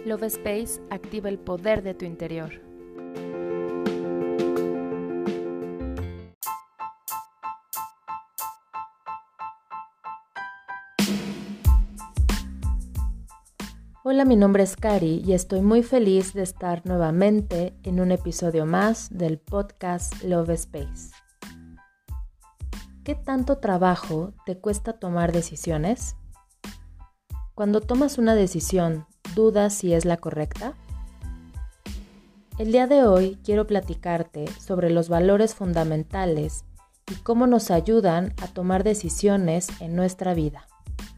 Love Space activa el poder de tu interior. Hola, mi nombre es Cari y estoy muy feliz de estar nuevamente en un episodio más del podcast Love Space. ¿Qué tanto trabajo te cuesta tomar decisiones? Cuando tomas una decisión, ¿dudas si es la correcta? El día de hoy quiero platicarte sobre los valores fundamentales y cómo nos ayudan a tomar decisiones en nuestra vida.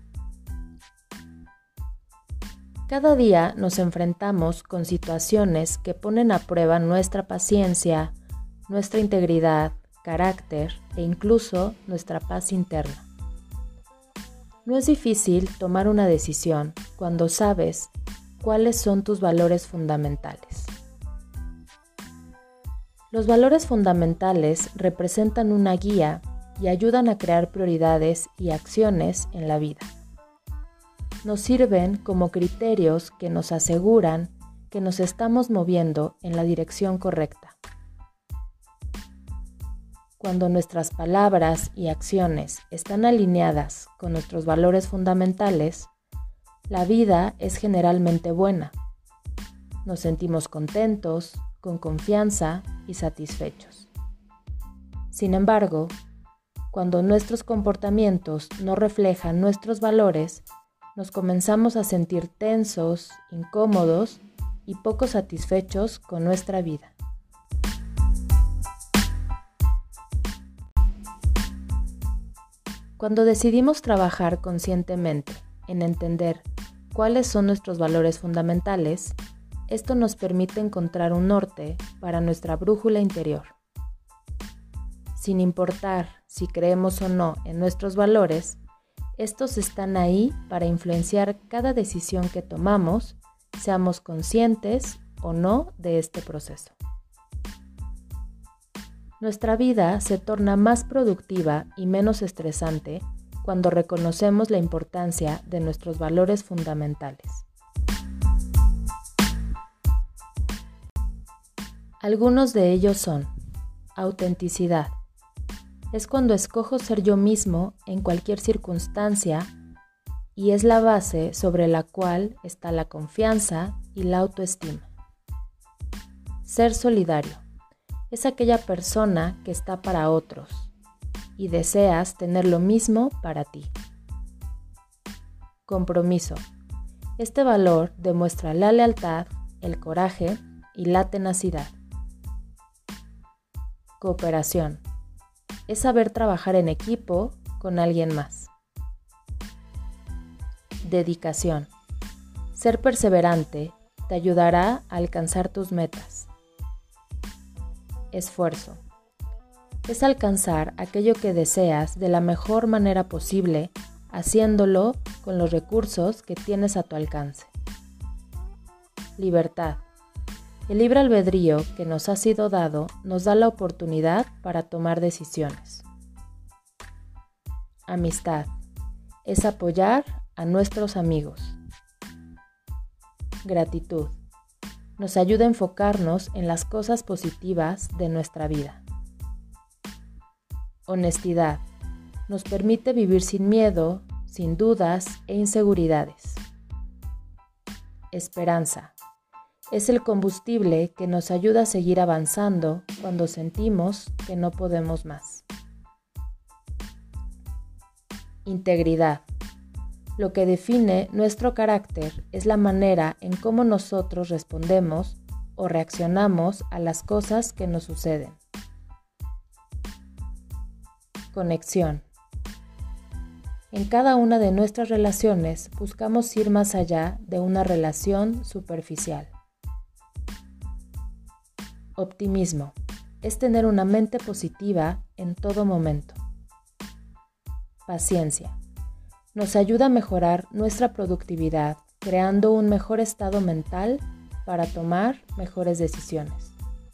Cada día nos enfrentamos con situaciones que ponen a prueba nuestra paciencia, nuestra integridad, carácter e incluso nuestra paz interna. No es difícil tomar una decisión cuando sabes cuáles son tus valores fundamentales. Los valores fundamentales representan una guía y ayudan a crear prioridades y acciones en la vida. Nos sirven como criterios que nos aseguran que nos estamos moviendo en la dirección correcta. Cuando nuestras palabras y acciones están alineadas con nuestros valores fundamentales, la vida es generalmente buena. Nos sentimos contentos, con confianza y satisfechos. Sin embargo, cuando nuestros comportamientos no reflejan nuestros valores, nos comenzamos a sentir tensos, incómodos y poco satisfechos con nuestra vida. Cuando decidimos trabajar conscientemente en entender cuáles son nuestros valores fundamentales, esto nos permite encontrar un norte para nuestra brújula interior. Sin importar si creemos o no en nuestros valores, estos están ahí para influenciar cada decisión que tomamos, seamos conscientes o no de este proceso. Nuestra vida se torna más productiva y menos estresante cuando reconocemos la importancia de nuestros valores fundamentales. Algunos de ellos son: autenticidad. Es cuando escojo ser yo mismo en cualquier circunstancia y es la base sobre la cual está la confianza y la autoestima. Ser solidario. Es aquella persona que está para otros y deseas tener lo mismo para ti. Compromiso. Este valor demuestra la lealtad, el coraje y la tenacidad. Cooperación. Es saber trabajar en equipo con alguien más. Dedicación. Ser perseverante te ayudará a alcanzar tus metas. Esfuerzo. Es alcanzar aquello que deseas de la mejor manera posible, haciéndolo con los recursos que tienes a tu alcance. Libertad. El libre albedrío que nos ha sido dado nos da la oportunidad para tomar decisiones. Amistad. Es apoyar a nuestros amigos. Gratitud. Nos ayuda a enfocarnos en las cosas positivas de nuestra vida. Honestidad. Nos permite vivir sin miedo, sin dudas e inseguridades. Esperanza. Es el combustible que nos ayuda a seguir avanzando cuando sentimos que no podemos más. Integridad. Lo que define nuestro carácter es la manera en cómo nosotros respondemos o reaccionamos a las cosas que nos suceden. Conexión. En cada una de nuestras relaciones buscamos ir más allá de una relación superficial. Optimismo. Es tener una mente positiva en todo momento. Paciencia. Nos ayuda a mejorar nuestra productividad, creando un mejor estado mental para tomar mejores decisiones.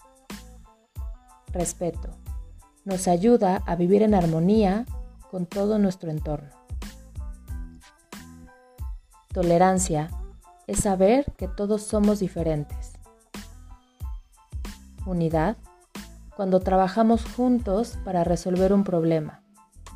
Respeto. Nos ayuda a vivir en armonía con todo nuestro entorno. Tolerancia es saber que todos somos diferentes. Unidad, cuando trabajamos juntos para resolver un problema.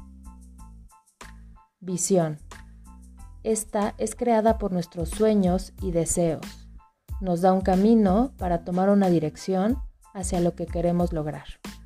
Visión, esta es creada por nuestros sueños y deseos. Nos da un camino para tomar una dirección hacia lo que queremos lograr.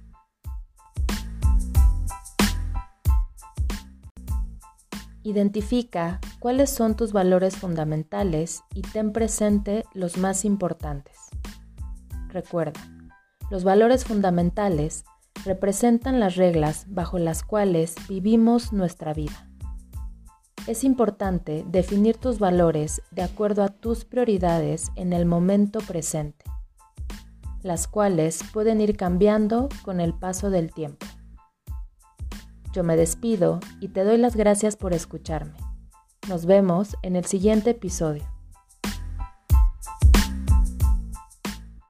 Identifica cuáles son tus valores fundamentales y ten presente los más importantes. Recuerda, los valores fundamentales representan las reglas bajo las cuales vivimos nuestra vida. Es importante definir tus valores de acuerdo a tus prioridades en el momento presente, las cuales pueden ir cambiando con el paso del tiempo. Yo me despido y te doy las gracias por escucharme. Nos vemos en el siguiente episodio.